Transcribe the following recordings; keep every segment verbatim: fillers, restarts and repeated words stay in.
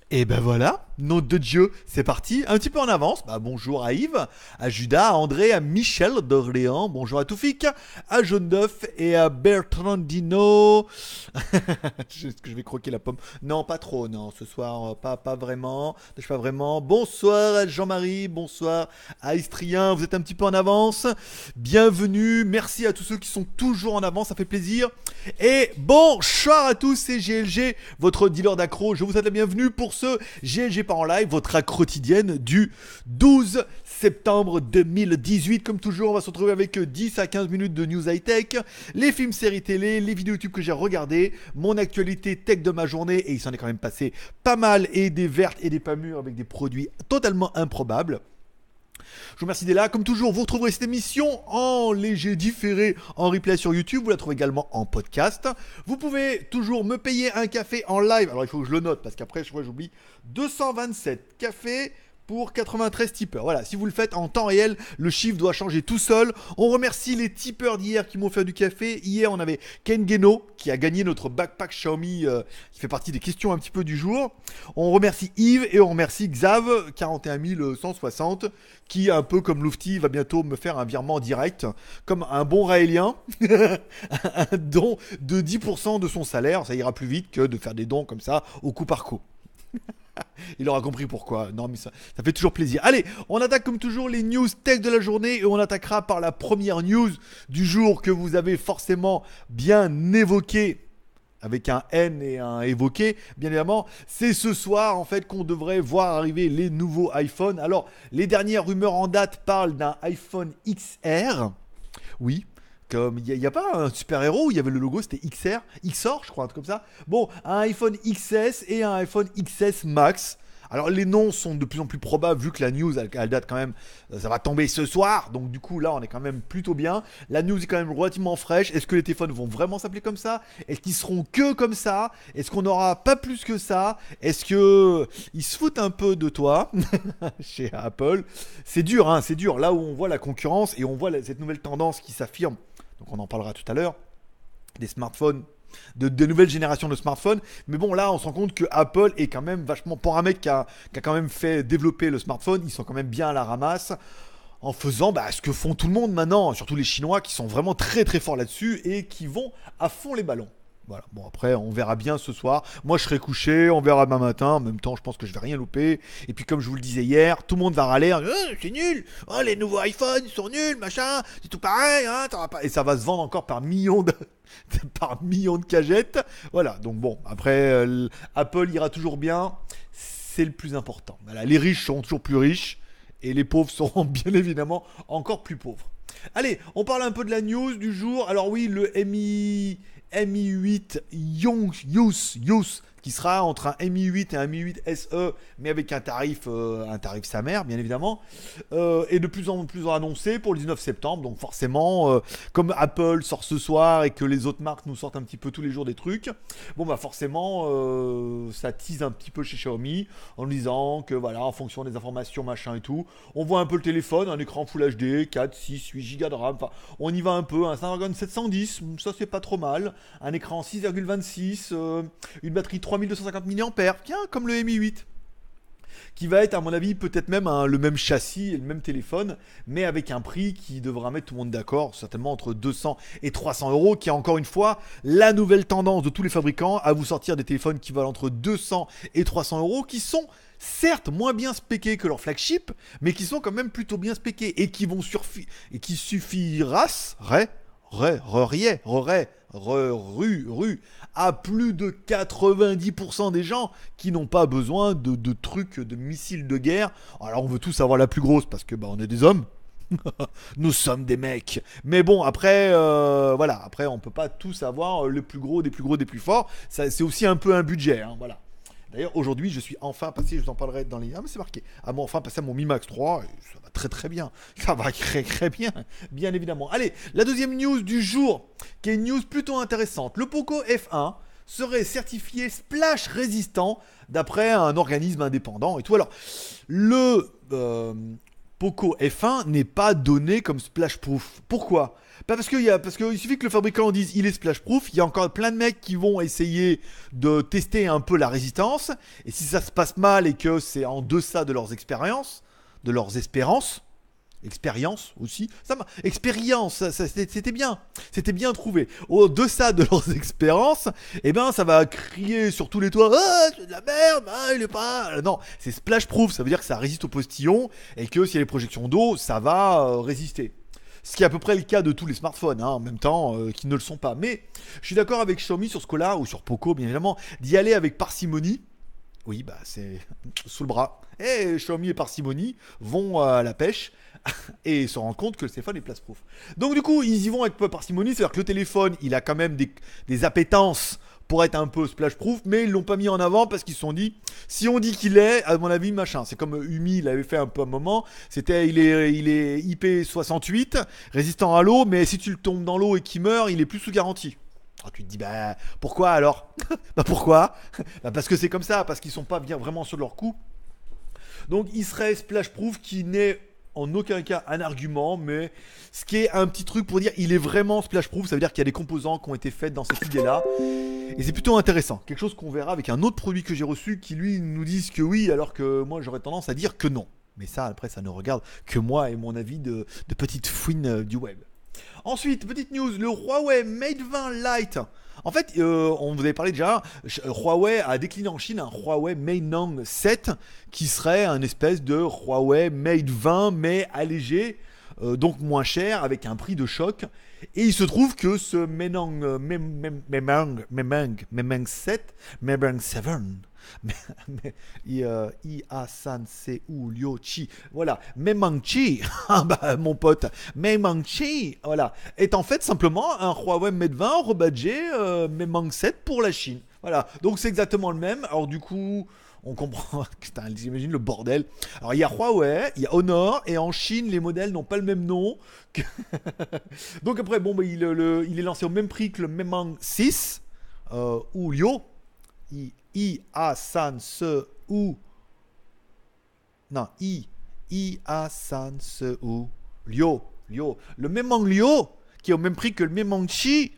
Et ben voilà, nom de Dieu, c'est parti, un petit peu en avance. Bah, bonjour à Yves, à Judas, à André, à Michel d'Orléans, bonjour à Toufik, à Jaune d'œuf et à Bertrandino. Est-ce que je vais croquer la pomme? Non, pas trop, non, ce soir, euh, pas, pas vraiment, je pas vraiment. Bonsoir à Jean-Marie, bonsoir à Istrien, vous êtes un petit peu en avance. Bienvenue, merci à tous ceux qui sont toujours en avance, ça fait plaisir. Et bonsoir à tous, c'est G L G, votre dealer d'accro, je vous souhaite la bienvenue pour ce G L G par en live, votre accro quotidienne du douze septembre deux mille dix-huit. Comme toujours, on va se retrouver avec dix à quinze minutes de news high-tech, les films, séries télé, les vidéos YouTube que j'ai regardées, mon actualité tech de ma journée, et il s'en est quand même passé pas mal, et des vertes et des pas mûres avec des produits totalement improbables. Je vous remercie d'être là. Comme toujours, vous retrouverez cette émission en léger différé, en replay sur YouTube. Vous la trouvez également en podcast. Vous pouvez toujours me payer un café en live. Alors, il faut que je le note parce qu'après, je vois, j'oublie. deux cent vingt-sept cafés pour quatre-vingt-treize tipeurs. Voilà, si vous le faites en temps réel, le chiffre doit changer tout seul. On remercie les tipeurs d'hier qui m'ont fait du café. Hier, on avait Ken Geno qui a gagné notre backpack Xiaomi, euh, qui fait partie des questions un petit peu du jour. On remercie Yves et on remercie Xav, quarante et un mille cent soixante, qui, un peu comme Lufty, va bientôt me faire un virement direct, comme un bon raélien, un don de dix pour cent de son salaire. Ça ira plus vite que de faire des dons comme ça, au coup par coup. Il aura compris pourquoi. Non, mais ça, ça fait toujours plaisir. Allez, on attaque comme toujours les news tech de la journée et on attaquera par la première news du jour que vous avez forcément bien évoqué, avec un N et un évoqué, bien évidemment. C'est ce soir, en fait, qu'on devrait voir arriver les nouveaux iPhones. Alors, les dernières rumeurs en date parlent d'un iPhone X R. Oui. Comme il n'y a, a pas un super-héros où il y avait le logo, c'était X R, X R, je crois, un truc comme ça. Bon, un iPhone X S et un iPhone X S Max. Alors, les noms sont de plus en plus probables vu que la news, elle, elle date quand même, ça va tomber ce soir. Donc, du coup, là, on est quand même plutôt bien. La news est quand même relativement fraîche. Est-ce que les téléphones vont vraiment s'appeler comme ça? Est-ce qu'ils seront que comme ça? Est-ce qu'on n'aura pas plus que ça? Est-ce que ils se foutent un peu de toi chez Apple? C'est dur, hein, c'est dur. Là où on voit la concurrence et on voit la, cette nouvelle tendance qui s'affirme. Donc on en parlera tout à l'heure, des smartphones, de, de nouvelles générations de smartphones. Mais bon, là, on se rend compte que Apple est quand même vachement... Pour un mec qui a, qui a quand même fait développer le smartphone, ils sont quand même bien à la ramasse en faisant bah, ce que font tout le monde maintenant, surtout les Chinois qui sont vraiment très très forts là-dessus et qui vont à fond les ballons. Voilà, bon après on verra bien ce soir. Moi je serai couché, on verra demain matin. En même temps je pense que je vais rien louper. Et puis comme je vous le disais hier, tout le monde va râler. Oh, c'est nul, oh, les nouveaux iPhones ils sont nuls, machin, c'est tout pareil, hein, pas... Et ça va se vendre encore par millions de... par millions de cagettes. Voilà, donc bon, après euh, Apple ira toujours bien, c'est le plus important. Voilà, les riches seront toujours plus riches et les pauvres seront bien évidemment encore plus pauvres. Allez, on parle un peu de la news du jour. Alors oui, le M I... M I huit Young Youth, Youth qui sera entre un M I huit et un M I huit S E, mais avec un tarif, euh, un tarif sa mère, bien évidemment, euh, et de plus en plus annoncé pour le dix-neuf septembre. Donc forcément, euh, comme Apple sort ce soir et que les autres marques nous sortent un petit peu tous les jours des trucs, bon bah forcément, euh, ça tease un petit peu chez Xiaomi en disant que voilà, en fonction des informations machin et tout, on voit un peu le téléphone, un écran Full H D, quatre, six, huit gigas de RAM, enfin on y va un peu, un Snapdragon sept cent dix, ça c'est pas trop mal, un écran six virgule vingt-six, euh, une batterie trois mille deux cent cinquante milliampères-heure, tiens, comme le M I huit, qui va être à mon avis peut-être même un, le même châssis et le même téléphone, mais avec un prix qui devra mettre tout le monde d'accord, certainement entre deux cents et trois cents euros, qui est encore une fois la nouvelle tendance de tous les fabricants à vous sortir des téléphones qui valent entre deux cents et trois cents euros, qui sont certes moins bien spéqués que leur flagship, mais qui sont quand même plutôt bien spéqués et qui vont surfi- et qui suffira, ré, ré, ré, ré, rue, rue, à plus de quatre-vingt-dix pour cent des gens qui n'ont pas besoin de, de trucs, de missiles de guerre. Alors on veut tous avoir la plus grosse parce que bah on est des hommes. Nous sommes des mecs. Mais bon, après, euh, voilà, après on peut pas tous avoir le plus gros, des plus gros, des plus forts. Ça, c'est aussi un peu un budget, hein, voilà. D'ailleurs, aujourd'hui, je suis enfin passé, je vous en parlerai dans les... Ah, mais c'est marqué. Ah, moi, enfin passé à mon Mi Max trois, et ça va très très bien. Ça va très très bien, bien évidemment. Allez, la deuxième news du jour, qui est une news plutôt intéressante. Le Poco F un serait certifié splash résistant d'après un organisme indépendant et tout. Alors, le... Euh, Poco F un n'est pas donné comme splashproof. Pourquoi? Pas parce qu'il y a, parce qu'il suffit que le fabricant dise il est splashproof, il y a encore plein de mecs qui vont essayer de tester un peu la résistance, et si ça se passe mal et que c'est en deçà de leurs expériences, de leurs espérances, expérience aussi, ça m'a, expérience, ça, ça, c'était bien, c'était bien trouvé. Au deçà de leurs expériences, eh ben ça va crier sur tous les toits, ah c'est de la merde, ah, il est pas, non, c'est splashproof, ça veut dire que ça résiste aux postillons et que s'il y a les projections d'eau, ça va euh, résister. Ce qui est à peu près le cas de tous les smartphones, hein, en même temps, euh, qui ne le sont pas. Mais je suis d'accord avec Xiaomi sur ce coup-là, ou sur Poco bien évidemment, d'y aller avec parcimonie. Oui, bah c'est sous le bras. Et Xiaomi et parcimonie vont à la pêche et se rendent compte que le téléphone est place-proof. Donc du coup, ils y vont avec parcimonie, c'est-à-dire que le téléphone, il a quand même des, des appétences pour être un peu splash-proof, mais ils l'ont pas mis en avant parce qu'ils se sont dit, si on dit qu'il est, à mon avis, machin. C'est comme Umi, il avait fait un peu un moment, c'était, il est, il est I P soixante-huit, résistant à l'eau, mais si tu le tombes dans l'eau et qu'il meurt, il est plus sous garantie. Alors tu te dis, bah pourquoi alors? Bah pourquoi? Bah parce que c'est comme ça, parce qu'ils sont pas bien vraiment sur leur coup. Donc il serait splash-proof qui n'est en aucun cas un argument, mais ce qui est un petit truc pour dire il est vraiment splash-proof, ça veut dire qu'il y a des composants qui ont été faits dans cette idée-là. Et c'est plutôt intéressant. Quelque chose qu'on verra avec un autre produit que j'ai reçu qui lui nous disent que oui, alors que moi j'aurais tendance à dire que non. Mais ça, après, ça ne regarde que moi et mon avis de, de petite fouine euh, du web. Ensuite, petite news, le Huawei Mate vingt Lite. En fait, euh, on vous avait parlé déjà, Huawei a décliné en Chine un Huawei Mate Nong sept qui serait un espèce de Huawei Mate vingt mais allégé, euh, donc moins cher, avec un prix de choc. Et il se trouve que ce Menang, Memang, Memang, Memang sept, Memang sept, I A San Se U Liu Chi, voilà, Memang Chi, bah, mon pote, Memang Chi, voilà, est en fait simplement un Huawei Mate vingt rebadgé euh, Memang sept pour la Chine. Voilà, donc c'est exactement le même. Alors du coup, on comprend, putain, j'imagine le bordel. Alors il y a Huawei, il y a Honor, et en Chine, les modèles n'ont pas le même nom. Que... donc après, bon, bah, il, le, il est lancé au même prix que le Memang six, euh, ou Liu, I, I A San Se U, non, I, I A San Se U, Liu, Liu, le Memang Liu, qui est au même prix que le Memang Chi.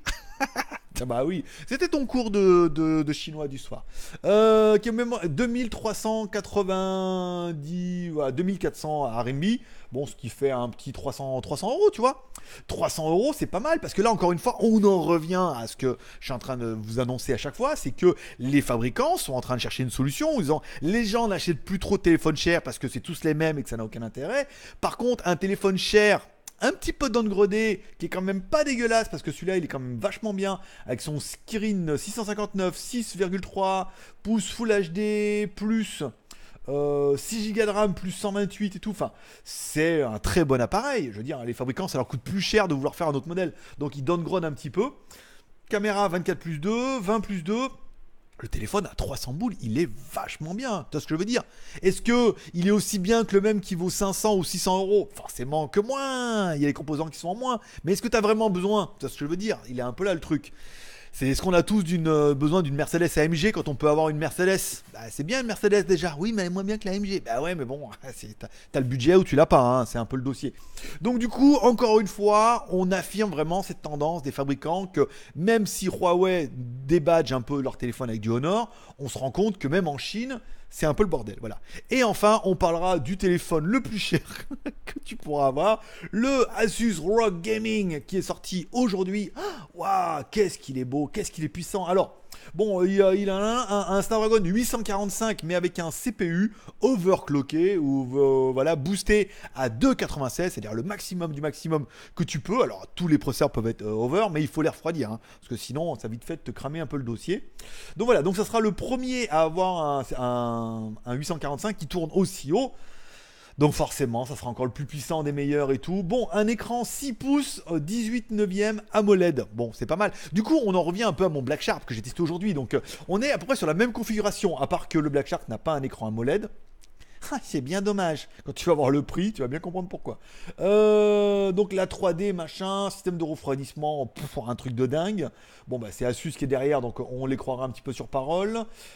Ah bah oui, c'était ton cours de, de, de chinois du soir. Euh, qui est même deux mille trois cent quatre-vingt-dix, voilà, deux mille quatre cents R M B. Bon, ce qui fait un petit trois cents euros, tu vois. trois cents euros, c'est pas mal, parce que là, encore une fois, on en revient à ce que je suis en train de vous annoncer à chaque fois, c'est que les fabricants sont en train de chercher une solution en disant, les gens n'achètent plus trop de téléphones chers parce que c'est tous les mêmes et que ça n'a aucun intérêt. Par contre, un téléphone cher, un petit peu downgradé, qui est quand même pas dégueulasse, parce que celui-là il est quand même vachement bien, avec son Kirin six cent cinquante-neuf, six virgule trois pouces Full H D, plus euh, six giga de RAM, plus cent vingt-huit et tout, enfin, c'est un très bon appareil. Je veux dire, les fabricants, ça leur coûte plus cher de vouloir faire un autre modèle, donc ils downgrade un petit peu. Caméra vingt-quatre plus deux, vingt plus deux. Le téléphone à trois cents boules, il est vachement bien. Tu vois ce que je veux dire? Est-ce que il est aussi bien que le même qui vaut cinq cents ou six cents euros? Forcément que moins. Il y a les composants qui sont en moins. Mais est-ce que tu as vraiment besoin? Tu vois ce que je veux dire? Il est un peu là le truc. C'est est-ce qu'on a tous d'une, euh, besoin d'une Mercedes A M G quand on peut avoir une Mercedes? Bah, c'est bien une Mercedes déjà. Oui, mais elle est moins bien que la A M G. Bah ouais, mais bon, c'est, t'as, t'as le budget ou tu l'as pas. Hein, c'est un peu le dossier. Donc du coup, encore une fois, on affirme vraiment cette tendance des fabricants que même si Huawei débadge un peu leur téléphone avec du Honor, on se rend compte que même en Chine, c'est un peu le bordel, voilà. Et enfin, on parlera du téléphone le plus cher que tu pourras avoir, le Asus R O G Gaming, qui est sorti aujourd'hui. Waouh, qu'est-ce qu'il est beau, qu'est-ce qu'il est puissant. Alors, bon, il a, il a un, un, un Snapdragon huit cent quarante-cinq, mais avec un C P U overclocké, ou euh, voilà, boosté à deux virgule quatre-vingt-seize, c'est-à-dire le maximum du maximum que tu peux. Alors, tous les processeurs peuvent être euh, over, mais il faut les refroidir, hein, parce que sinon, ça vite fait de te cramer un peu le dossier. Donc voilà, donc ça sera le premier à avoir un, un, un huit cent quarante-cinq qui tourne aussi haut. Donc forcément, ça sera encore le plus puissant des meilleurs et tout. Bon, un écran six pouces, dix-huit neuvième AMOLED. Bon, c'est pas mal. Du coup, on en revient un peu à mon Black Shark que j'ai testé aujourd'hui. Donc, euh, on est à peu près sur la même configuration, à part que le Black Shark n'a pas un écran AMOLED. C'est bien dommage. Quand tu vas voir le prix, tu vas bien comprendre pourquoi. Euh, donc la trois D, machin, système de refroidissement, pff, un truc de dingue. Bon, bah c'est Asus qui est derrière, donc on les croira un petit peu sur parole.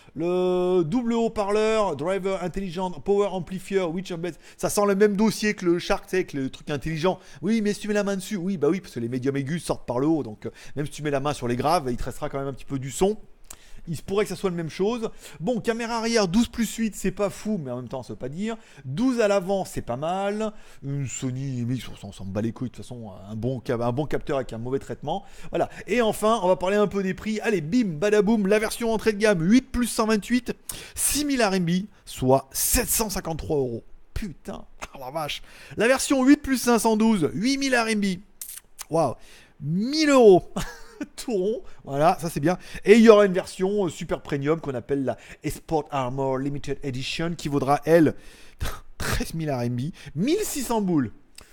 Le double haut-parleur, driver intelligent, power amplifier, which embeds. Ça sent le même dossier que le Shark, tu sais, que le truc intelligent. Oui, mais si tu mets la main dessus, oui, bah oui, parce que les médiums aigus sortent par le haut, donc euh, même si tu mets la main sur les graves, il te restera quand même un petit peu du son. Il se pourrait que ça soit la même chose. Bon, caméra arrière douze plus huit, c'est pas fou, mais en même temps, ça veut pas dire. douze à l'avant, c'est pas mal. Une Sony, mais on s'en bat les couilles, de toute façon, un bon, un bon capteur avec un mauvais traitement. Voilà. Et enfin, on va parler un peu des prix. Allez, bim, badaboum, la version entrée de gamme, huit plus cent vingt-huit, six mille R M B, soit sept cent cinquante-trois euros. Putain, oh la vache. La version huit plus cinq cent douze, huit mille R M B. Waouh, mille euros. Tout rond, voilà, ça c'est bien. Et il y aura une version super premium qu'on appelle la Esport Armor Limited Edition qui vaudra, elle, treize mille R M B, mille six cents boules.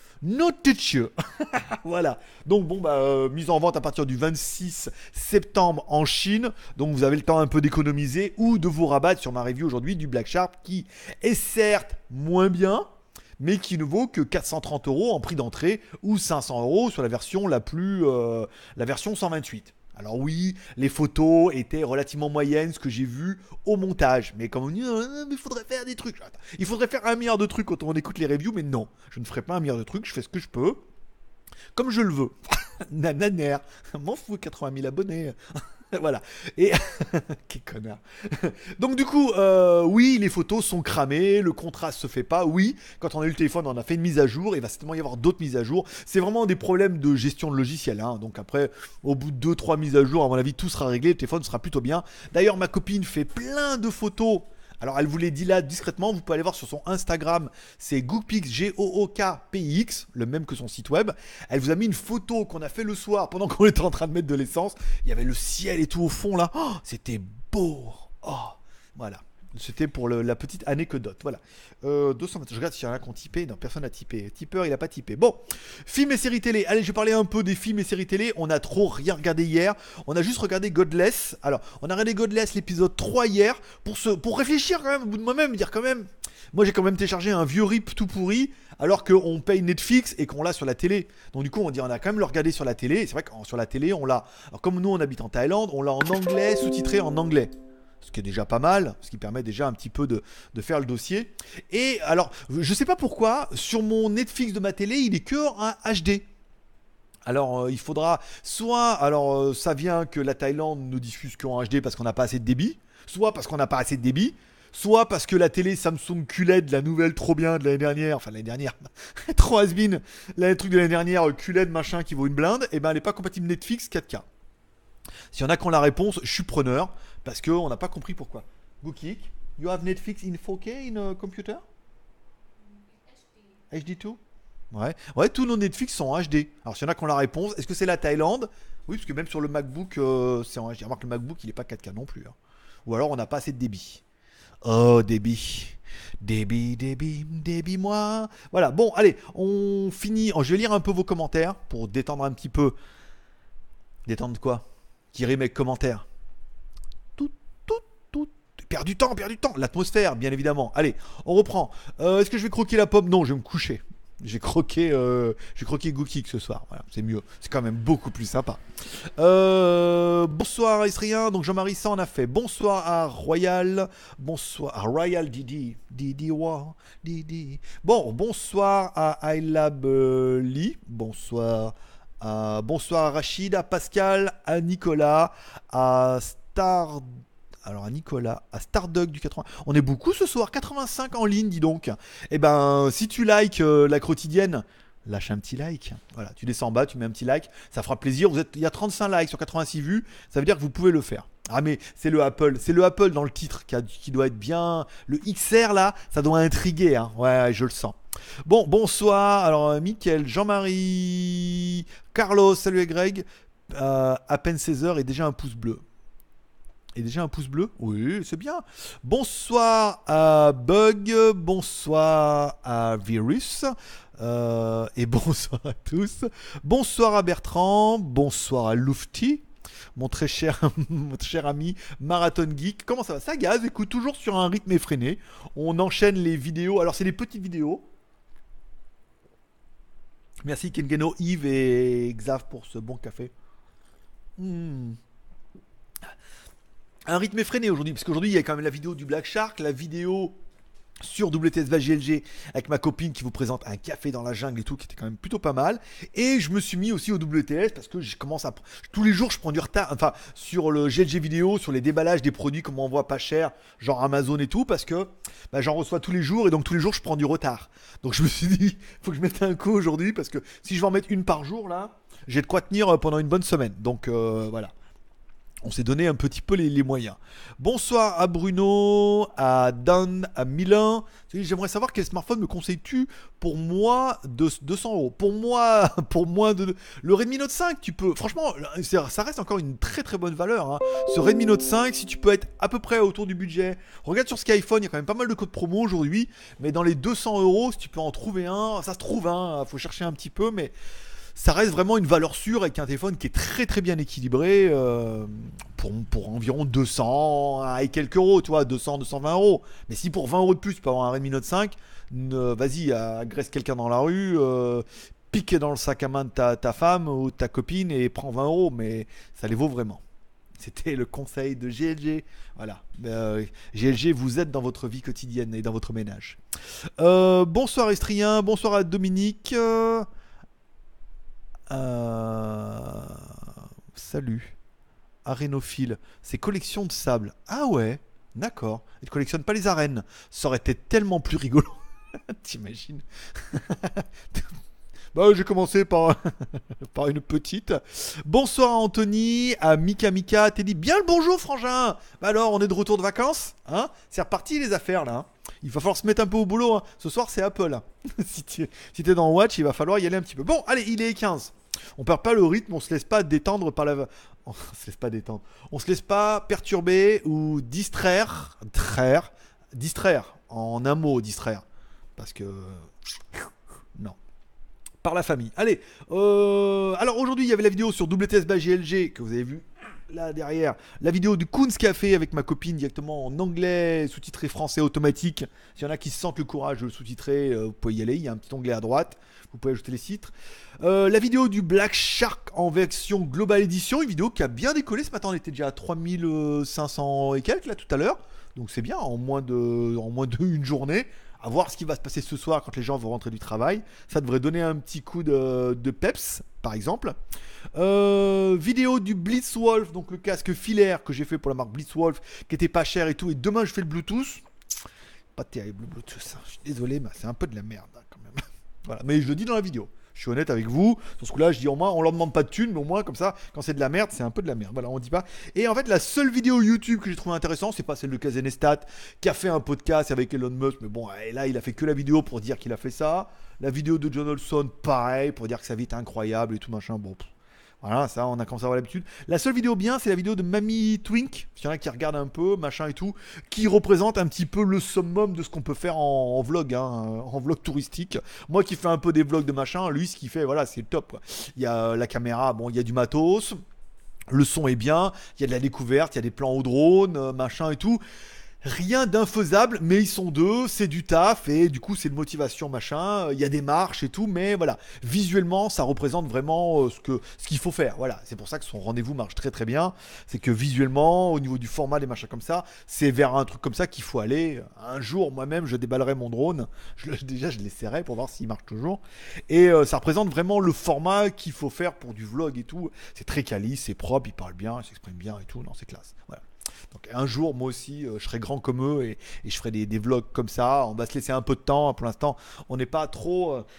No touch. Voilà. Donc bon, bah, euh, mise en vente à partir du vingt-six septembre en Chine. Donc vous avez le temps un peu d'économiser ou de vous rabattre sur ma review aujourd'hui du Black Shark qui est certes moins bien, mais qui ne vaut que quatre cent trente euros en prix d'entrée ou cinq cents euros sur la version la plus, euh, la version cent vingt-huit. Alors oui, les photos étaient relativement moyennes, ce que j'ai vu au montage. Mais comme on dit, euh, il faudrait faire des trucs. Attends, il faudrait faire un milliard de trucs quand on écoute les reviews, mais non, je ne ferai pas un milliard de trucs, je fais ce que je peux, comme je le veux. Nananer, m'en fous, quatre-vingt mille abonnés. Voilà. Et quel connard. Donc du coup, euh, oui, les photos sont cramées, le contraste se fait pas. Oui, quand on a eu le téléphone, on a fait une mise à jour. Il va certainement y avoir d'autres mises à jour. C'est vraiment des problèmes de gestion de logiciel. Hein. Donc après, au bout de deux trois mises à jour, à mon avis, tout sera réglé. Le téléphone sera plutôt bien. D'ailleurs, ma copine fait plein de photos. Alors, elle vous les dit là discrètement. Vous pouvez aller voir sur son Instagram. C'est Gookpix, G O O K P I X, le même que son site web. Elle vous a mis une photo qu'on a fait le soir pendant qu'on était en train de mettre de l'essence. Il y avait le ciel et tout au fond là. Oh, c'était beau. Oh, voilà. C'était pour le, la petite anecdote. Voilà. Euh, deux cent vingt. Je regarde s'il y en a qui ont typé. Non, personne n'a typé. Tipeur, il n'a pas typé. Bon. Films et séries télé. Allez, je vais parler un peu des films et séries télé. On a trop rien regardé hier. On a juste regardé Godless. Alors, on a regardé Godless l'épisode trois hier. Pour, se, pour réfléchir quand même au bout de moi-même. Dire quand même. Moi, j'ai quand même téléchargé un vieux rip tout pourri. Alors qu'on paye Netflix et qu'on l'a sur la télé. Donc, du coup, on dit on a quand même le regardé sur la télé. Et c'est vrai que sur la télé, on l'a. Alors, comme nous, on habite en Thaïlande, on l'a en anglais, sous-titré en anglais. Ce qui est déjà pas mal, ce qui permet déjà un petit peu de, de faire le dossier. Et alors, je sais pas pourquoi, sur mon Netflix de ma télé, il est que en H D. Alors, euh, il faudra soit, alors euh, ça vient que la Thaïlande ne diffuse qu'en H D parce qu'on n'a pas assez de débit, soit parce qu'on n'a pas assez de débit, soit parce que la télé Samsung Q L E D, la nouvelle trop bien de l'année dernière, enfin l'année dernière, trop has-been, le truc de l'année dernière, Q L E D machin qui vaut une blinde, et ben elle n'est pas compatible Netflix quatre K. S'il y en a qui ont la réponse, je suis preneur, parce qu'on n'a pas compris pourquoi. Gookik, you have Netflix in four K in a computer? H D deux? Ouais. Ouais, tous nos Netflix sont en H D. Alors s'il y en a qui ont la réponse, est-ce que c'est la Thaïlande? Oui, parce que même sur le MacBook, euh, c'est en H D. Remarque, le MacBook, il n'est pas quatre K non plus. Hein. Ou alors on n'a pas assez de débit. Oh, débit. Débit, débit, débit, moi. Voilà, bon, allez, on finit. Je vais lire un peu vos commentaires pour détendre un petit peu. Détendre quoi? Qui rime avec commentaires. Tout, tout, tout. Perd du temps, perd du temps. L'atmosphère, bien évidemment. Allez, on reprend. Euh, est-ce que je vais croquer la pomme? Non, je vais me coucher. J'ai croqué, euh, j'ai croqué Gookik ce soir. Voilà, c'est mieux. C'est quand même beaucoup plus sympa. Euh, bonsoir Israël. Donc Jean-Marie ça en a fait. Bonsoir à Royal. Bonsoir à Royal Didi. Didi wa. Didi. Bon, bonsoir à iLab euh, Lee. Bonsoir. Euh, bonsoir à Rachid, à Pascal, à Nicolas, à Star... Alors à Nicolas, à Stardog du quatre-vingts. On est beaucoup ce soir, quatre-vingt-cinq en ligne, dis donc. Eh ben, si tu likes euh, la quotidienne, lâche un petit like. Voilà, tu descends en bas, tu mets un petit like, ça fera plaisir. Vous êtes... Il y a trente-cinq likes sur quatre-vingt-six vues, ça veut dire que vous pouvez le faire. Ah mais c'est le Apple, c'est le Apple dans le titre qui, a... qui doit être bien... Le X R là, ça doit intriguer, hein. Ouais, je le sens. Bon, bonsoir, alors Mickaël, Jean-Marie, Carlos, salut Greg, euh, à peine seize heures et déjà un pouce bleu. Et déjà un pouce bleu? Oui, c'est bien. Bonsoir à Bug, bonsoir à Virus, euh, et bonsoir à tous. Bonsoir à Bertrand, bonsoir à Lufty. mon très cher, mon très cher ami Marathon Geek. Comment ça va? Ça gaz, écoute, toujours sur un rythme effréné. On enchaîne les vidéos. Alors, c'est des petites vidéos. Merci Kengeno, Yves et Xav pour ce bon café. Hmm. Un rythme effréné aujourd'hui, parce qu'aujourd'hui il y a quand même la vidéo du Black Shark, la vidéo sur W T S V G L G avec ma copine qui vous présente un café dans la jungle et tout, qui était quand même plutôt pas mal. Et je me suis mis aussi au W T S parce que je commence à... Tous les jours je prends du retard, enfin sur le G L G vidéo, sur les déballages des produits qu'on m'envoie pas cher, genre Amazon et tout, parce que bah, j'en reçois tous les jours et donc tous les jours je prends du retard. Donc je me suis dit, faut que je mette un coup aujourd'hui parce que si je vais en mettre une par jour là, j'ai de quoi tenir pendant une bonne semaine. Donc euh, voilà. On s'est donné un petit peu les, les moyens. Bonsoir à Bruno, à Dan, à Milan. J'aimerais savoir quel smartphone me conseilles-tu pour moi de deux cents euros. Pour moi, pour moi de le Redmi Note cinq, tu peux. Franchement, ça reste encore une très très bonne valeur. Hein. Ce Redmi Note cinq, si tu peux être à peu près autour du budget. Regarde sur Skyphone, il y a quand même pas mal de codes promo aujourd'hui. Mais dans les deux cents euros, si tu peux en trouver un, ça se trouve. Hein. Faut chercher un petit peu, mais ça reste vraiment une valeur sûre avec un téléphone qui est très très bien équilibré euh, pour, pour environ deux cents et quelques euros, tu vois, deux cents, deux cent vingt euros. Mais si pour vingt euros de plus tu peux avoir un Redmi Note cinq, ne, vas-y, agresse quelqu'un dans la rue, euh, pique dans le sac à main de ta, ta femme ou ta copine et prends vingt euros, mais ça les vaut vraiment. C'était le conseil de G L G. Voilà. Euh, G L G vous aide dans votre vie quotidienne et dans votre ménage. Euh, bonsoir Estrien, bonsoir à Dominique. Euh, Euh... Salut. Arénophile. C'est collection de sable. Ah ouais, d'accord. Il ne collectionne pas les arènes. Ça aurait été tellement plus rigolo. T'imagines? Bah, j'ai commencé par, par une petite. Bonsoir à Anthony, à Mika Mika. T'es dit bien le bonjour, frangin. Bah alors, on est de retour de vacances, hein? C'est reparti les affaires là. Hein. Il va falloir se mettre un peu au boulot. Hein. Ce soir, c'est Apple. Hein. si tu si t'es dans Watch, il va falloir y aller un petit peu. Bon, allez, il est quinze. On perd pas le rythme, on se laisse pas détendre par la. On se laisse pas détendre. On se laisse pas perturber ou distraire, traire, distraire. En un mot, distraire. Parce que non. Par la famille. Allez. Euh... Alors aujourd'hui, il y avait la vidéo sur W T S B G L G que vous avez vu. Là derrière, la vidéo du Koons Café avec ma copine directement en anglais, sous-titré français automatique. S'il y en a qui se sentent le courage de le sous-titrer, euh, vous pouvez y aller. Il y a un petit onglet à droite. Vous pouvez ajouter les titres. Euh, la vidéo du Black Shark en version Global Edition. Une vidéo qui a bien décollé ce matin. On était déjà à trois mille cinq cents et quelques là tout à l'heure. Donc c'est bien, en moins de, en moins d'une journée. À voir ce qui va se passer ce soir quand les gens vont rentrer du travail. Ça devrait donner un petit coup de, de peps, par exemple. Euh, vidéo du Blitzwolf, donc le casque filaire que j'ai fait pour la marque Blitzwolf, qui était pas cher et tout. Et demain, je fais le Bluetooth. Pas terrible le Bluetooth. Hein. Je suis désolé, mais c'est un peu de la merde hein, quand même. Voilà. Mais je le dis dans la vidéo. Je suis honnête avec vous. Sur ce coup-là, je dis au moins, on leur demande pas de thunes, mais au moins, comme ça, quand c'est de la merde, c'est un peu de la merde. Voilà, on dit pas. Et en fait, la seule vidéo YouTube que j'ai trouvé intéressante, c'est pas celle de Kazenestat, qui a fait un podcast avec Elon Musk, mais bon, et là, il a fait que la vidéo pour dire qu'il a fait ça. La vidéo de John Olson, pareil, pour dire que sa vie est incroyable et tout machin. Bon, pff. Voilà, ça, on a commencé à avoir l'habitude. La seule vidéo bien, c'est la vidéo de Mamie Twink. S'il y en a qui regardent un peu, machin et tout, qui représente un petit peu le summum de ce qu'on peut faire en, en vlog, hein, en vlog touristique. Moi qui fais un peu des vlogs de machin, lui, ce qu'il fait, voilà, c'est le top. Quoi. Il y a la caméra, bon, il y a du matos. Le son est bien, il y a de la découverte, il y a des plans au drone, machin et tout. Rien d'infaisable, mais ils sont deux, c'est du taf et du coup c'est de motivation machin, il y a des marches et tout, mais voilà, visuellement ça représente vraiment ce que ce qu'il faut faire, voilà, c'est pour ça que son rendez-vous marche très très bien, c'est que visuellement, au niveau du format des machins comme ça, c'est vers un truc comme ça qu'il faut aller. Un jour moi-même je déballerai mon drone, je, déjà je l'essaierai pour voir s'il marche toujours, et euh, ça représente vraiment le format qu'il faut faire pour du vlog et tout, c'est très quali, c'est propre, il parle bien, il s'exprime bien et tout, non c'est classe, voilà. Donc un jour, moi aussi, euh, je serai grand comme eux et, et je ferai des, des vlogs comme ça. On va se laisser un peu de temps. Pour l'instant, on n'est pas trop, euh,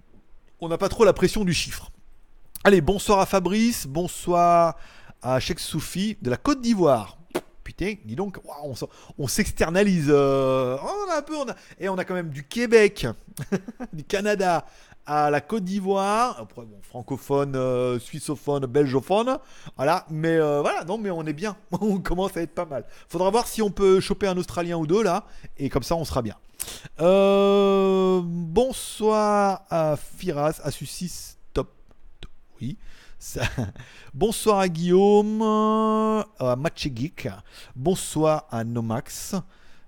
on n'a pas trop la pression du chiffre. Allez, bonsoir à Fabrice, bonsoir à Cheikh Soufi de la Côte d'Ivoire. Putain, dis donc, wow, on, on s'externalise. Euh, on a un peu, on a, et on a quand même du Québec, du Canada, à la Côte d'Ivoire, après bon, francophone, euh, suissophone, belgeophone, voilà, mais euh, voilà, non, mais on est bien, on commence à être pas mal. Faudra voir si on peut choper un Australien ou deux là, et comme ça on sera bien. Euh, bonsoir à Firas, à Sucis, top, top, oui. Ça- Bonsoir à Guillaume, euh, à Match Geek. Bonsoir à Nomax.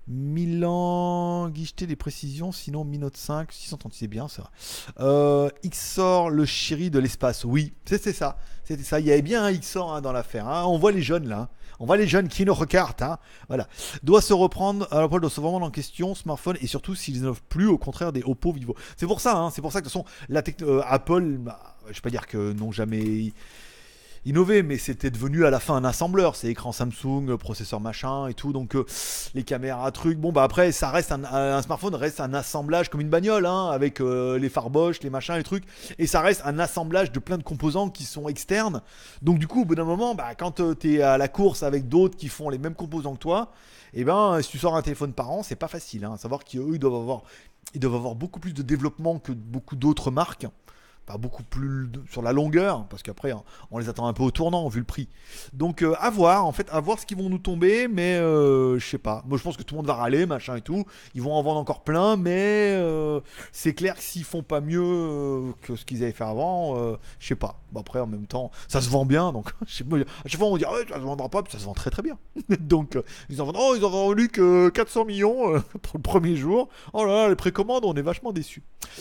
Milan, guicheté des précisions, sinon Minote cinq, six cent trente, c'est bien ça. Euh, Xor, le chéri de l'espace, oui, c'était ça. C'était ça. Il y avait bien un Xor hein, dans l'affaire. Hein. On voit les jeunes là. Hein. On voit les jeunes qui nous regardent. Hein. Voilà. Doit se reprendre. Alors, après, doit se vraiment en question, smartphone et surtout s'ils n'offrent plus, au contraire des Oppo, Vivo. C'est pour ça. Hein. C'est pour ça que de toute façon, la techno- euh, Apple, bah, je vais pas dire que n'ont jamais innové, mais c'était devenu à la fin un assembleur. C'est écran Samsung, euh, processeur machin et tout. Donc euh, les caméras, trucs. Bon bah après, ça reste un, un smartphone reste un assemblage comme une bagnole, hein, avec euh, les phares Bosch, les machins, les trucs. Et ça reste un assemblage de plein de composants qui sont externes. Donc du coup, au bout d'un moment, bah, quand euh, t'es à la course avec d'autres qui font les mêmes composants que toi, et ben si tu sors un téléphone par an, c'est pas facile. Hein, à savoir qu'eux ils doivent avoir, ils doivent avoir beaucoup plus de développement que beaucoup d'autres marques. Pas beaucoup plus de- sur la longueur, parce qu'après on, on les attend un peu au tournant vu le prix. Donc euh, à voir, en fait, à voir ce qu'ils vont nous tomber, mais euh, je sais pas. Moi je pense que tout le monde va râler, machin et tout. Ils vont en vendre encore plein, mais euh, c'est clair que s'ils font pas mieux euh, que ce qu'ils avaient fait avant, euh, je sais pas. Bon, après en même temps, ça se vend bien, donc je sais pas, à chaque fois on dit ah ouais, ça se vendra pas, puis ça se vend très très bien. Donc euh, ils en vendent, oh ils en ont vendu que quatre cents millions euh, pour le premier jour. Oh là là, les précommandes, on est vachement déçus.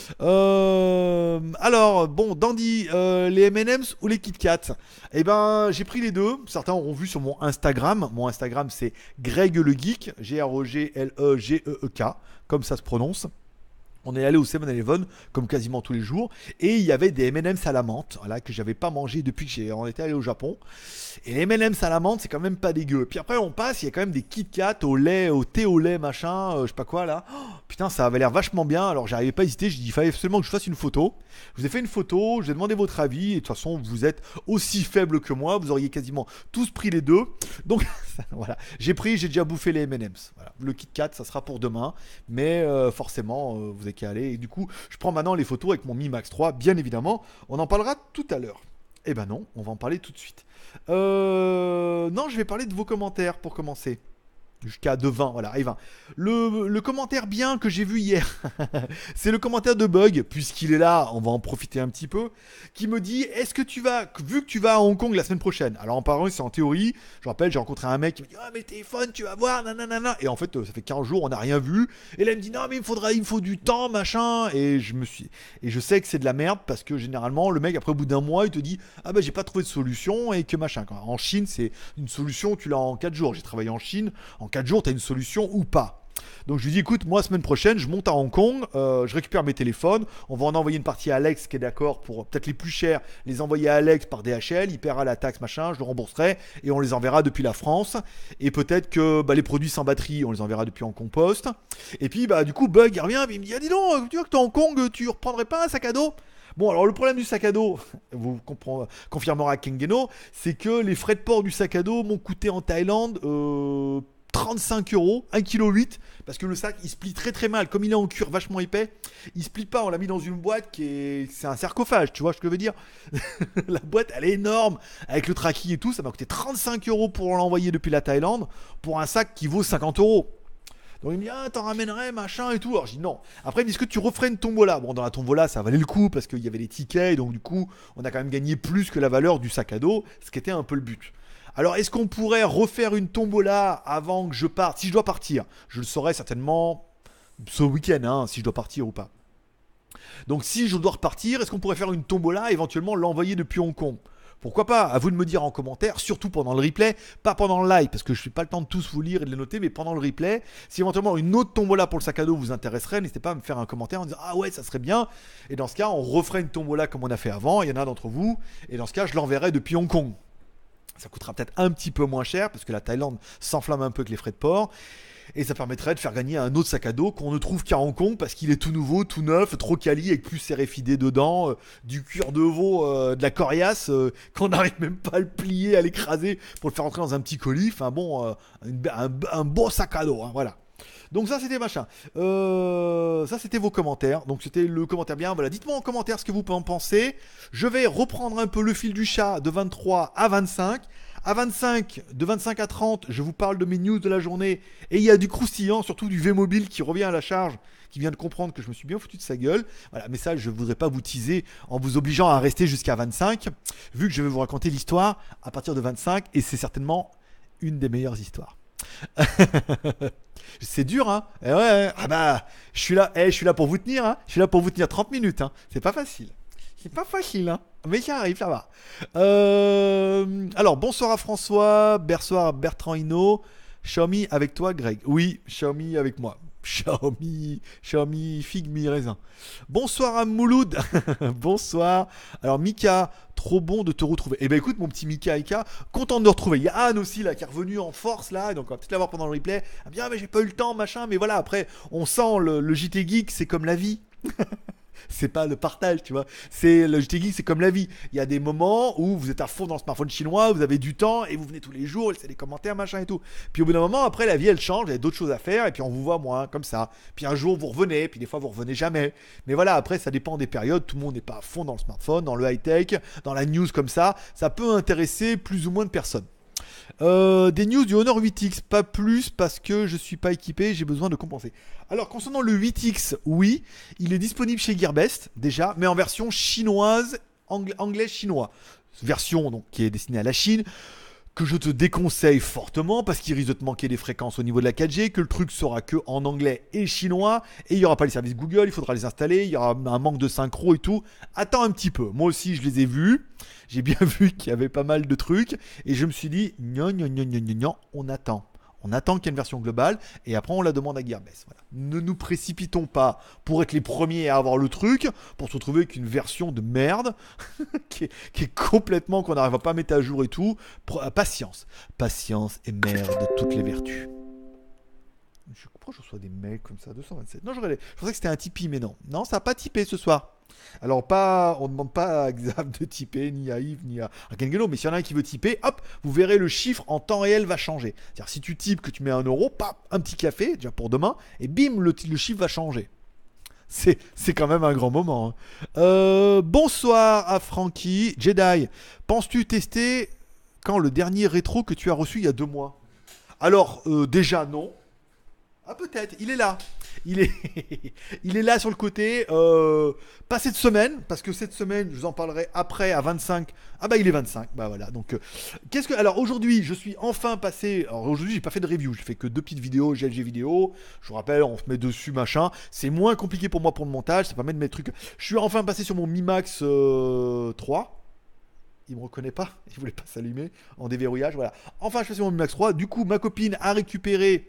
Euh, alors, bon, Dandy, euh, les M and M's ou les Kit Kat? Eh ben, j'ai pris les deux. Certains auront vu sur mon Instagram. Mon Instagram, c'est Greg le Geek, G R O G L E G E E K, comme ça se prononce. On est allé au seven eleven comme quasiment tous les jours et il y avait des M and M's à la menthe, voilà, que j'avais pas mangé depuis que j'ai, on était allé au Japon. Et les M and M's à la menthe, c'est quand même pas dégueu. Puis après on passe, il y a quand même des Kit Kat au lait, au thé au lait machin, euh, je sais pas quoi là. Oh, putain, ça avait l'air vachement bien. Alors j'arrivais pas à hésiter, j'ai dit il fallait absolument que je fasse une photo. Je vous ai fait une photo, je vous ai demandé votre avis et de toute façon vous êtes aussi faible que moi, vous auriez quasiment tous pris les deux. Donc voilà, j'ai pris, j'ai déjà bouffé les M and M's. Voilà. Le Kit Kat, ça sera pour demain, mais euh, forcément euh, vous avez qu'à aller. Et du coup, je prends maintenant les photos avec mon Mi Max trois, bien évidemment. On en parlera tout à l'heure. Eh ben non, on va en parler tout de suite. Euh, non, je vais parler de vos commentaires pour commencer. Jusqu'à de vingt, voilà, et vingt. Le, le commentaire bien que j'ai vu hier, c'est le commentaire de Bug, puisqu'il est là, on va en profiter un petit peu, qui me dit, est-ce que tu vas, vu que tu vas à Hong Kong la semaine prochaine, alors en parlant, c'est en théorie, je rappelle, j'ai rencontré un mec qui me dit, ah mais le téléphone, tu vas voir, nanana, et en fait, ça fait quinze jours, on n'a rien vu, et là, il me dit, non mais il me faudra, il me faut du temps, machin, et je me suis, et je sais que c'est de la merde, parce que généralement, le mec, après, au bout d'un mois, il te dit, ah bah j'ai pas trouvé de solution, et que machin, quoi. En Chine, c'est une solution, tu l'as en quatre jours, j'ai travaillé en Chine, en quatre jours, tu as une solution ou pas. Donc je lui dis écoute, moi semaine prochaine, je monte à Hong Kong, euh, je récupère mes téléphones, on va en envoyer une partie à Alex qui est d'accord pour peut-être les plus chers, les envoyer à Alex par D H L, il paiera la taxe machin, je le rembourserai et on les enverra depuis la France. Et peut-être que bah, les produits sans batterie, on les enverra depuis en compost. Et puis bah du coup Bug il revient, il me dit ah dis donc, tu vois que t'es à Hong Kong, tu reprendrais pas un sac à dos? Bon, alors le problème du sac à dos, vous comprenez, confirmera Kengeno, c'est que les frais de port du sac à dos m'ont coûté en Thaïlande euh, trente-cinq euros, un virgule huit kilos, parce que le sac il se plie très très mal, comme il est en cuir vachement épais, il se plie pas, on l'a mis dans une boîte qui est, c'est un sarcophage, tu vois ce que je veux dire. La boîte elle est énorme, avec le tracking et tout, ça m'a coûté trente-cinq euros pour l'envoyer depuis la Thaïlande, pour un sac qui vaut cinquante euros. Donc il me dit ah t'en ramènerais machin et tout. Alors je dis non. Après il me dit est-ce que tu referais une tombola? Bon dans la tombola ça valait le coup parce qu'il y avait les tickets et donc du coup on a quand même gagné plus que la valeur du sac à dos, ce qui était un peu le but. Alors est-ce qu'on pourrait refaire une tombola avant que je parte? Si je dois partir, je le saurai certainement ce week-end hein, si je dois partir ou pas. Donc si je dois repartir, est-ce qu'on pourrait faire une tombola, éventuellement l'envoyer depuis Hong Kong? Pourquoi pas? À vous de me dire en commentaire, surtout pendant le replay, pas pendant le live, parce que je n'ai pas le temps de tous vous lire et de les noter, mais pendant le replay, si éventuellement une autre tombola pour le sac à dos vous intéresserait, n'hésitez pas à me faire un commentaire en disant ah ouais ça serait bien, et dans ce cas on referait une tombola comme on a fait avant, il y en a d'entre vous, et dans ce cas je l'enverrai depuis Hong Kong. Ça coûtera peut-être un petit peu moins cher, parce que la Thaïlande s'enflamme un peu avec les frais de port. Et ça permettrait de faire gagner un autre sac à dos qu'on ne trouve qu'à Hong Kong parce qu'il est tout nouveau, tout neuf, trop quali avec plus sérifidé dedans, euh, du cuir de veau, euh, de la coriace, euh, qu'on n'arrive même pas à le plier, à l'écraser pour le faire rentrer dans un petit colis. Enfin bon, euh, un, un, un beau sac à dos, hein, voilà. Donc ça c'était machin. Euh, ça c'était vos commentaires. Donc c'était le commentaire bien. Voilà, dites-moi en commentaire ce que vous en pensez. Je vais reprendre un peu le fil du chat de vingt-trois à vingt-cinq. À vingt-cinq, de vingt-cinq à trente, je vous parle de mes news de la journée. Et il y a du croustillant, surtout du V-Mobile qui revient à la charge, qui vient de comprendre que je me suis bien foutu de sa gueule. Voilà, mais ça, je ne voudrais pas vous teaser en vous obligeant à rester jusqu'à vingt-cinq, vu que je vais vous raconter l'histoire à partir de vingt-cinq, et c'est certainement une des meilleures histoires. C'est dur, hein. Eh ouais, ah bah, je suis là, eh, je suis là pour vous tenir, hein. Je suis là pour vous tenir trente minutes, hein. C'est pas facile. C'est pas facile, hein. Mais ça arrive, ça va. Euh, alors, bonsoir à François, bonsoir à Bertrand Hinault. Xiaomi avec toi, Greg. Oui, Xiaomi avec moi. Xiaomi, Xiaomi, figue, mi, raisin. Bonsoir à Mouloud. Bonsoir. Alors, Mika, trop bon de te retrouver. Eh ben écoute, mon petit Mika Ika, content de te retrouver. Il y a Anne aussi, là, qui est revenue en force, là. Donc, on va peut-être la voir pendant le replay. Ah bien, mais j'ai pas eu le temps, machin. Mais voilà, après, on sent le, le J T Geek, c'est comme la vie. C'est pas le partage, tu vois. C'est le J T Geek, c'est comme la vie. Il y a des moments où vous êtes à fond dans le smartphone chinois, vous avez du temps et vous venez tous les jours, c'est des commentaires, machin et tout. Puis au bout d'un moment, après, la vie elle change, il y a d'autres choses à faire et puis on vous voit moins comme ça. Puis un jour vous revenez, puis des fois vous revenez jamais. Mais voilà, après ça dépend des périodes. Tout le monde n'est pas à fond dans le smartphone, dans le high tech, dans la news comme ça. Ça peut intéresser plus ou moins de personnes. Euh, des news du Honor huit X, pas plus parce que je suis pas équipé, j'ai besoin de compenser. Alors concernant le huit X, oui, il est disponible chez Gearbest déjà, mais en version chinoise, angla- anglais-chinois. Version donc qui est destinée à la Chine, que je te déconseille fortement parce qu'il risque de te manquer des fréquences au niveau de la quatre G, que le truc sera que en anglais et chinois, et il n'y aura pas les services Google, il faudra les installer, il y aura un manque de synchro et tout. Attends un petit peu, moi aussi je les ai vus, j'ai bien vu qu'il y avait pas mal de trucs, et je me suis dit, non, non, non, non, non, non, on attend. On attend qu'il y ait une version globale et après on la demande à Gearbest. Voilà. Ne nous précipitons pas pour être les premiers à avoir le truc, pour se retrouver avec une version de merde qui, est, qui est complètement qu'on n'arrive pas à mettre à jour et tout. Patience. Patience et merde de toutes les vertus. Je crois que je reçois des mails comme ça, deux cent vingt-sept. Non, je, je pensais que c'était un Tipeee, mais non. Non, ça n'a pas typé ce soir. Alors, pas, on ne demande pas à Xav de typer, ni à Yves, ni à Arkangelo, mais s'il y en a un qui veut typer, hop, vous verrez le chiffre en temps réel va changer. C'est-à-dire, si tu types que tu mets un euro, pap, un petit café, déjà pour demain, et bim, le, le chiffre va changer. C'est, c'est quand même un grand moment. Hein. Euh, bonsoir à Francky. Jedi, penses-tu tester quand le dernier rétro que tu as reçu il y a deux mois? Alors, euh, déjà, non. Ah peut-être, il est là. Il est, il est là sur le côté. Euh, pas cette semaine, parce que cette semaine, je vous en parlerai après à vingt-cinq. Ah bah il est vingt-cinq. Bah voilà. Donc euh, qu'est-ce que alors aujourd'hui, je suis enfin passé. Alors aujourd'hui, j'ai pas fait de review. J'ai fait que deux petites vidéos G L G vidéo. Je vous rappelle, on se met dessus machin. C'est moins compliqué pour moi pour le montage. Ça permet de mettre trucs. Je suis enfin passé sur mon Mi Max euh, trois. Il me reconnaît pas. Il voulait pas s'allumer en déverrouillage. Voilà. Enfin, je suis sur mon Mi Max trois. Du coup, ma copine a récupéré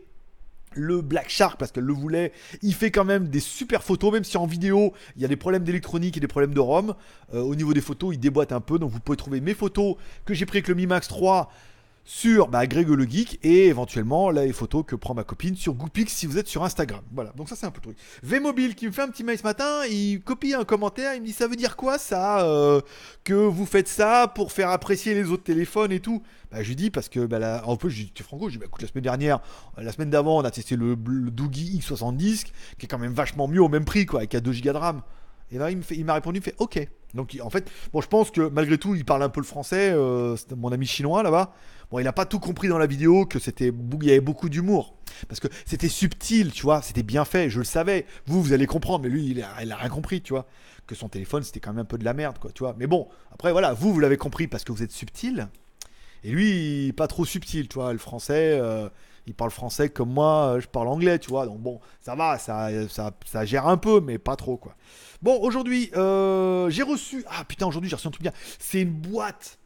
le Black Shark parce qu'elle le voulait. Il fait quand même des super photos, même si en vidéo il y a des problèmes d'électronique et des problèmes de ROM. Euh, au niveau des photos, il déboîte un peu, donc vous pouvez trouver mes photos que j'ai pris avec le Mi Max trois sur bah, Greg le Geek et éventuellement là, les photos que prend ma copine sur Goopix si vous êtes sur Instagram. Voilà, donc ça c'est un peu le truc. V-Mobile qui me fait un petit mail ce matin, il copie un commentaire, il me dit ça veut dire quoi ça euh, que vous faites ça pour faire apprécier les autres téléphones et tout. Bah, je lui dis parce que bah, là, en plus, je dis Franco, je dis bah, écoute, la semaine dernière, la semaine d'avant, on a testé le, le Doogie X soixante-dix qui est quand même vachement mieux au même prix quoi, avec à deux gigas de RAM. Et là, il, me fait, il m'a répondu, il me fait OK. Donc, en fait, bon, je pense que malgré tout, il parle un peu le français, euh, c'est mon ami chinois là-bas. Bon, il n'a pas tout compris dans la vidéo, que c'était, il y avait beaucoup d'humour. Parce que c'était subtil, tu vois, c'était bien fait, je le savais. Vous, vous allez comprendre, mais lui, il a, il a rien compris, tu vois. Que son téléphone, c'était quand même un peu de la merde, quoi, tu vois. Mais bon, après, voilà, vous, vous l'avez compris parce que vous êtes subtil. Et lui, pas trop subtil, tu vois. Le français, euh, il parle français comme moi, je parle anglais, tu vois. Donc bon, ça va, ça, ça, ça gère un peu, mais pas trop, quoi. Bon, aujourd'hui, euh, j'ai reçu... Ah putain, aujourd'hui, j'ai reçu un truc bien. C'est une boîte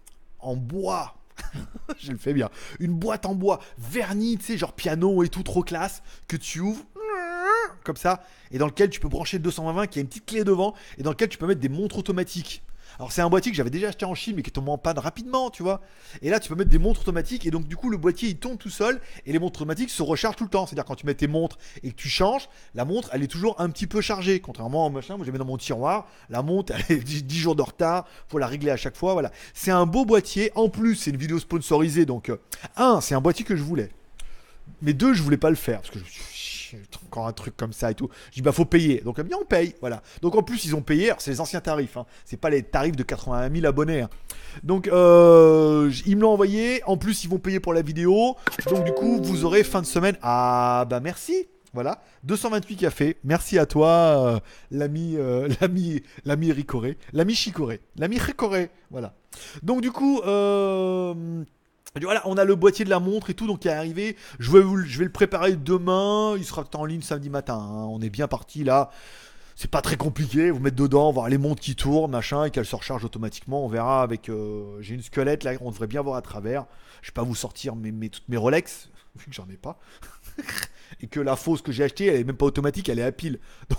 en bois. Je le fais bien. Une boîte en bois vernie, tu sais, genre piano et tout, trop classe, que tu ouvres comme ça, et dans lequel tu peux brancher le deux cent vingt, qui a une petite clé devant, et dans lequel tu peux mettre des montres automatiques. Alors c'est un boîtier que j'avais déjà acheté en Chine mais qui est tombé en panne rapidement, tu vois. Et là tu peux mettre des montres automatiques et donc du coup le boîtier il tombe tout seul et les montres automatiques se rechargent tout le temps. C'est-à-dire quand tu mets tes montres et que tu changes, la montre elle est toujours un petit peu chargée. Contrairement au machin, moi j'ai mis dans mon tiroir, la montre elle est dix jours de retard, faut la régler à chaque fois, voilà. C'est un beau boîtier, en plus c'est une vidéo sponsorisée donc euh, un, c'est un boîtier que je voulais. Mais deux, je voulais pas le faire parce que je me suis chier, encore un truc comme ça et tout. Je dis bah faut payer. Donc elle me dit on paye, voilà. Donc en plus ils ont payé, alors c'est les anciens tarifs, hein. C'est pas les tarifs de quatre-vingt mille abonnés. Hein. Donc euh, ils me l'ont envoyé, en plus ils vont payer pour la vidéo. Donc du coup vous aurez fin de semaine. Ah bah merci. Voilà, deux cent vingt-huit cafés. Merci à toi, euh, l'ami, euh, l'ami, l'ami Ricoré, l'ami Chicoré, l'ami Ricoré. Voilà. Donc du coup, euh, voilà, on a le boîtier de la montre et tout, donc qui est arrivé. Je vais, vous, je vais le préparer demain. Il sera en ligne samedi matin. Hein. On est bien parti là. C'est pas très compliqué. Vous mettez dedans, voir les montres qui tournent, machin, et qu'elles se rechargent automatiquement. On verra avec. Euh, j'ai une squelette là, on devrait bien voir à travers. Je vais pas vous sortir mes, mes, toutes mes Rolex, vu que j'en ai pas. Et que la fausse que j'ai achetée, elle est même pas automatique, elle est à pile. Donc,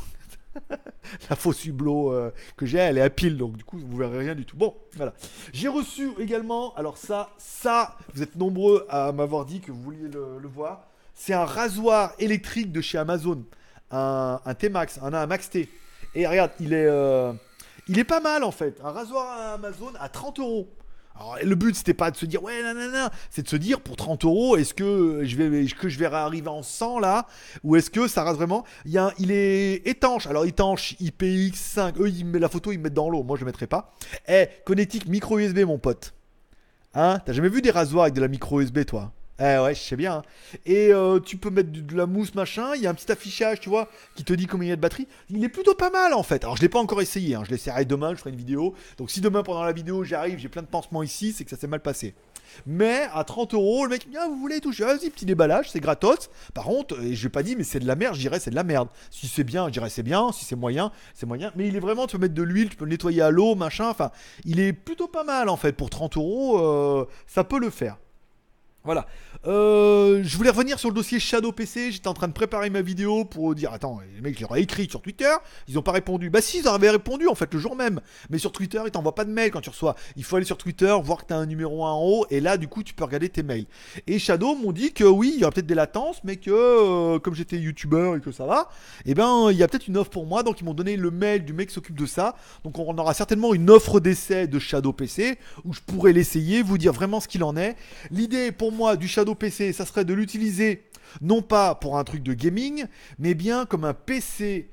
la fausse Hublot euh, que j'ai, elle est à pile, donc du coup vous verrez rien du tout. Bon, voilà. J'ai reçu également, alors ça, ça, vous êtes nombreux à m'avoir dit que vous vouliez le, le voir. C'est un rasoir électrique de chez Amazon, un, un T-Max, un, un Max T. Et regarde, il est, euh, il est pas mal en fait. Un rasoir à Amazon à trente euros. Alors, le but, c'était pas de se dire, ouais, nanana, c'est de se dire, pour trente euros, est-ce que je vais, est-ce que je vais arriver en cent là, ou est-ce que ça rase vraiment. Il, y a un, il est étanche, alors étanche I P X cinq, eux, ils mettent la photo, ils me mettent dans l'eau, moi, je ne mettrai pas. Eh, connectique micro U S B, mon pote. Hein, t'as jamais vu des rasoirs avec de la micro U S B, toi? Eh ouais, je sais bien. Hein. Et euh, tu peux mettre de, de la mousse, machin. Il y a un petit affichage, tu vois, qui te dit combien il y a de batterie. Il est plutôt pas mal, en fait. Alors, je l'ai pas encore essayé. Hein. Je l'essaierai demain, je ferai une vidéo. Donc, si demain, pendant la vidéo, j'arrive, j'ai plein de pansements ici, c'est que ça s'est mal passé. Mais à trente euros, le mec me dit, ah, vous voulez tout? Je dis, vas-y, petit déballage, c'est gratos. Par contre, et je vais pas dit, mais c'est de la merde, je dirais, c'est de la merde. Si c'est bien, je dirais, c'est bien. Si c'est moyen, c'est moyen. Mais il est vraiment, tu peux mettre de l'huile, tu peux le nettoyer à l'eau, machin. Enfin, il est plutôt pas mal, en fait. Pour trente euros, euh, ça peut le faire. Voilà. Euh, je voulais revenir sur le dossier Shadow P C. J'étais en train de préparer ma vidéo pour dire attends, les mecs, je leur ai écrit sur Twitter. Ils n'ont pas répondu. Bah, si, ils avaient répondu en fait le jour même. Mais sur Twitter, ils t'envoient pas de mail quand tu reçois. Il faut aller sur Twitter, voir que tu as un numéro un en haut. Et là, du coup, tu peux regarder tes mails. Et Shadow m'ont dit que oui, il y aura peut-être des latences, mais que euh, comme j'étais youtubeur et que ça va, et ben, il y a peut-être une offre pour moi. Donc, ils m'ont donné le mail du mec qui s'occupe de ça. Donc, on aura certainement une offre d'essai de Shadow P C où je pourrai l'essayer, vous dire vraiment ce qu'il en est. L'idée pour moi du Shadow P C, ça serait de l'utiliser non pas pour un truc de gaming, mais bien comme un P C,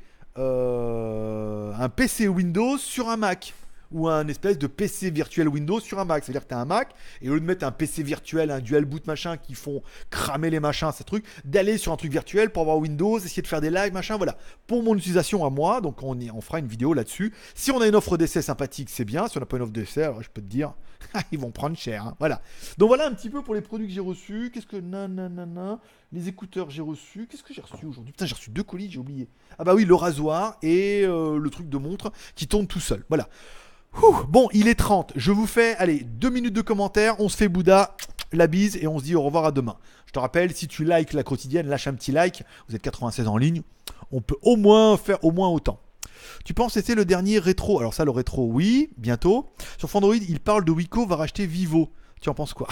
euh, un P C Windows sur un Mac. Ou un espèce de P C virtuel Windows sur un Mac. C'est-à-dire que tu as un Mac, et au lieu de mettre un P C virtuel, un dual boot machin qui font cramer les machins, ces trucs, d'aller sur un truc virtuel pour avoir Windows, essayer de faire des lives, machin, voilà. Pour mon utilisation à moi, donc on, y, on fera une vidéo là-dessus. Si on a une offre d'essai sympathique, c'est bien. Si on n'a pas une offre d'essai, alors je peux te dire, ils vont prendre cher. Hein. Voilà. Donc voilà un petit peu pour les produits que j'ai reçus. Qu'est-ce que. Nanana. Les écouteurs, j'ai reçu. Qu'est-ce que j'ai reçu aujourd'hui? Putain, j'ai reçu deux colis, j'ai oublié. Ah bah oui, le rasoir et euh, le truc de montre qui tourne tout seul. Voilà. Ouh, bon, il est trente. Je vous fais, allez, deux minutes de commentaires. On se fait Bouddha, la bise et on se dit au revoir à demain. Je te rappelle, si tu likes la quotidienne, lâche un petit like. Vous êtes quatre-vingt-seize en ligne. On peut au moins faire au moins autant. Tu penses que c'était le dernier rétro? Alors ça, le rétro, oui, bientôt. Sur Fandroid, il parle de Wiko va racheter Vivo. Tu en penses quoi?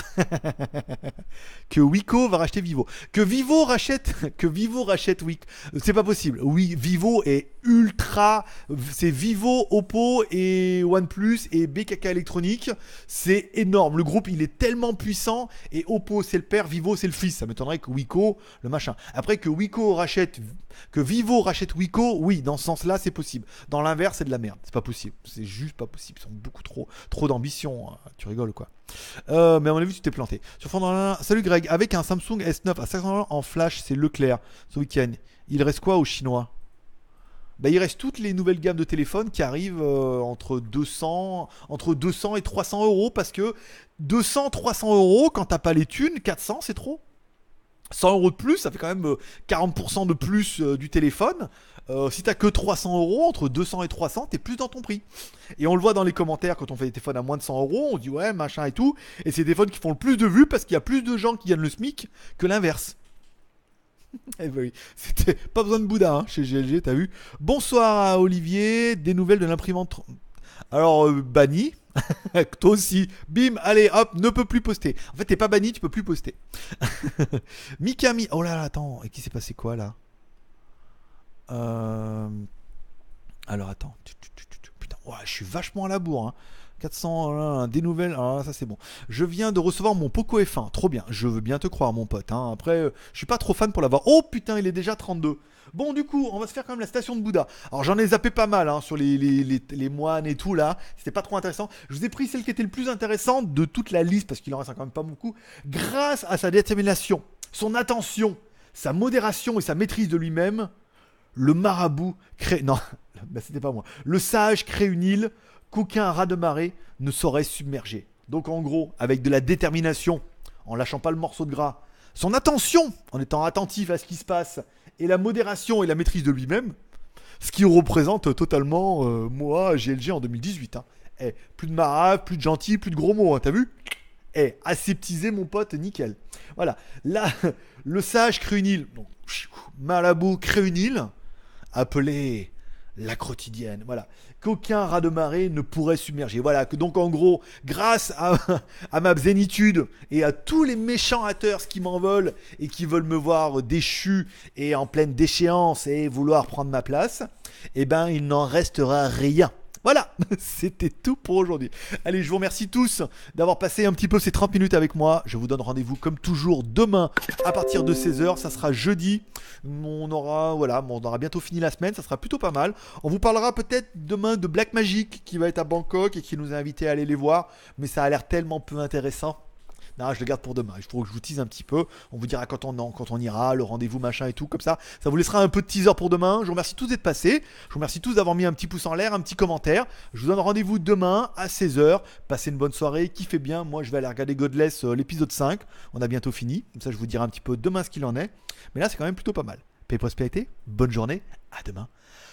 Que Wiko va racheter Vivo. Que Vivo rachète, que Vivo rachète Wiko. C'est pas possible. Oui, Vivo est ultra. C'est Vivo, Oppo et OnePlus et B K K Electronics. C'est énorme. Le groupe, il est tellement puissant. Et Oppo, c'est le père. Vivo, c'est le fils. Ça m'étonnerait que Wiko, le machin. Après, que Wiko rachète. Que Vivo rachète Wiko, oui, dans ce sens-là, c'est possible. Dans l'inverse, c'est de la merde. C'est pas possible. C'est juste pas possible. Ils ont beaucoup trop, trop d'ambition. Tu rigoles, quoi. Euh, mais à mon avis, tu t'es planté. Sur Fandroid, salut Greg. Avec un Samsung S neuf à cinq cents dollars en flash, c'est Leclerc ce week-end. Il reste quoi aux Chinois? Bah, il reste toutes les nouvelles gammes de téléphones qui arrivent euh, entre deux cents, entre deux cents et trois cents euros. Parce que deux cents, trois cents euros, quand t'as pas les thunes, quatre cents, c'est trop. cent euros de plus, ça fait quand même quarante pour cent de plus euh, du téléphone. Euh, si t'as que trois cents euros, entre deux cents et trois cents, t'es plus dans ton prix. Et on le voit dans les commentaires quand on fait des téléphones à moins de cent euros, on dit ouais, machin et tout. Et c'est des téléphones qui font le plus de vues parce qu'il y a plus de gens qui gagnent le SMIC que l'inverse. Eh ben oui, c'était pas besoin de Bouddha hein, chez G L G, t'as vu. Bonsoir à Olivier, des nouvelles de l'imprimante. Alors, euh, banni. Toi aussi. Bim, allez, hop, ne peut plus poster. En fait, t'es pas banni, tu peux plus poster. Mikami. Oh là là, attends. Et qui s'est passé quoi là? euh... Alors, attends. Putain, ouais, je suis vachement à la bourre. Hein. quatre cents, euh, des nouvelles, ah, ça c'est bon. Je viens de recevoir mon Poco F un, trop bien. Je veux bien te croire, mon pote. Hein. Après, euh, je suis pas trop fan pour l'avoir. Oh putain, il est déjà trente-deux. Bon, du coup, on va se faire quand même la station de Bouddha. Alors, j'en ai zappé pas mal hein, sur les, les, les, les moines et tout là. C'était pas trop intéressant. Je vous ai pris celle qui était le plus intéressante de toute la liste, parce qu'il en reste quand même pas beaucoup. Grâce à sa détermination, son attention, sa modération et sa maîtrise de lui-même, le marabout crée. Non, bah, c'était pas moi. Le sage crée une île qu'aucun raz de marée ne saurait submerger. Donc, en gros, avec de la détermination, en lâchant pas le morceau de gras, son attention, en étant attentif à ce qui se passe, et la modération et la maîtrise de lui-même, ce qui représente totalement euh, moi, G L G en deux mille dix-huit. Hein. Eh, plus de marave, plus de gentil, plus de gros mots, hein, t'as vu? Eh, aseptisé mon pote, nickel. Voilà, là, le sage crée une île, donc, Marabout crée une île, appelée la quotidienne, voilà, qu'aucun raz de marée ne pourrait submerger. Voilà, que donc en gros, grâce à, à ma zénitude et à tous les méchants haters qui m'en veulent et qui veulent me voir déchu et en pleine déchéance et vouloir prendre ma place, eh ben il n'en restera rien. Voilà, c'était tout pour aujourd'hui. Allez, je vous remercie tous d'avoir passé un petit peu ces trente minutes avec moi. Je vous donne rendez-vous comme toujours demain à partir de seize heures. Ça sera jeudi. On aura, voilà, on aura bientôt fini la semaine. Ça sera plutôt pas mal. On vous parlera peut-être demain de Black Magic qui va être à Bangkok et qui nous a invités à aller les voir. Mais ça a l'air tellement peu intéressant. Non, je le garde pour demain. Il faut que je vous tease un petit peu. On vous dira quand on, quand on ira, le rendez-vous, machin et tout, comme ça. Ça vous laissera un peu de teaser pour demain. Je vous remercie tous d'être passés. Je vous remercie tous d'avoir mis un petit pouce en l'air, un petit commentaire. Je vous donne rendez-vous demain à seize heures. Passez une bonne soirée, kiffez bien. Moi, je vais aller regarder Godless, euh, l'épisode cinq. On a bientôt fini. Comme ça, je vous dirai un petit peu demain ce qu'il en est. Mais là, c'est quand même plutôt pas mal. Paix et prospérité. Bonne journée. À demain.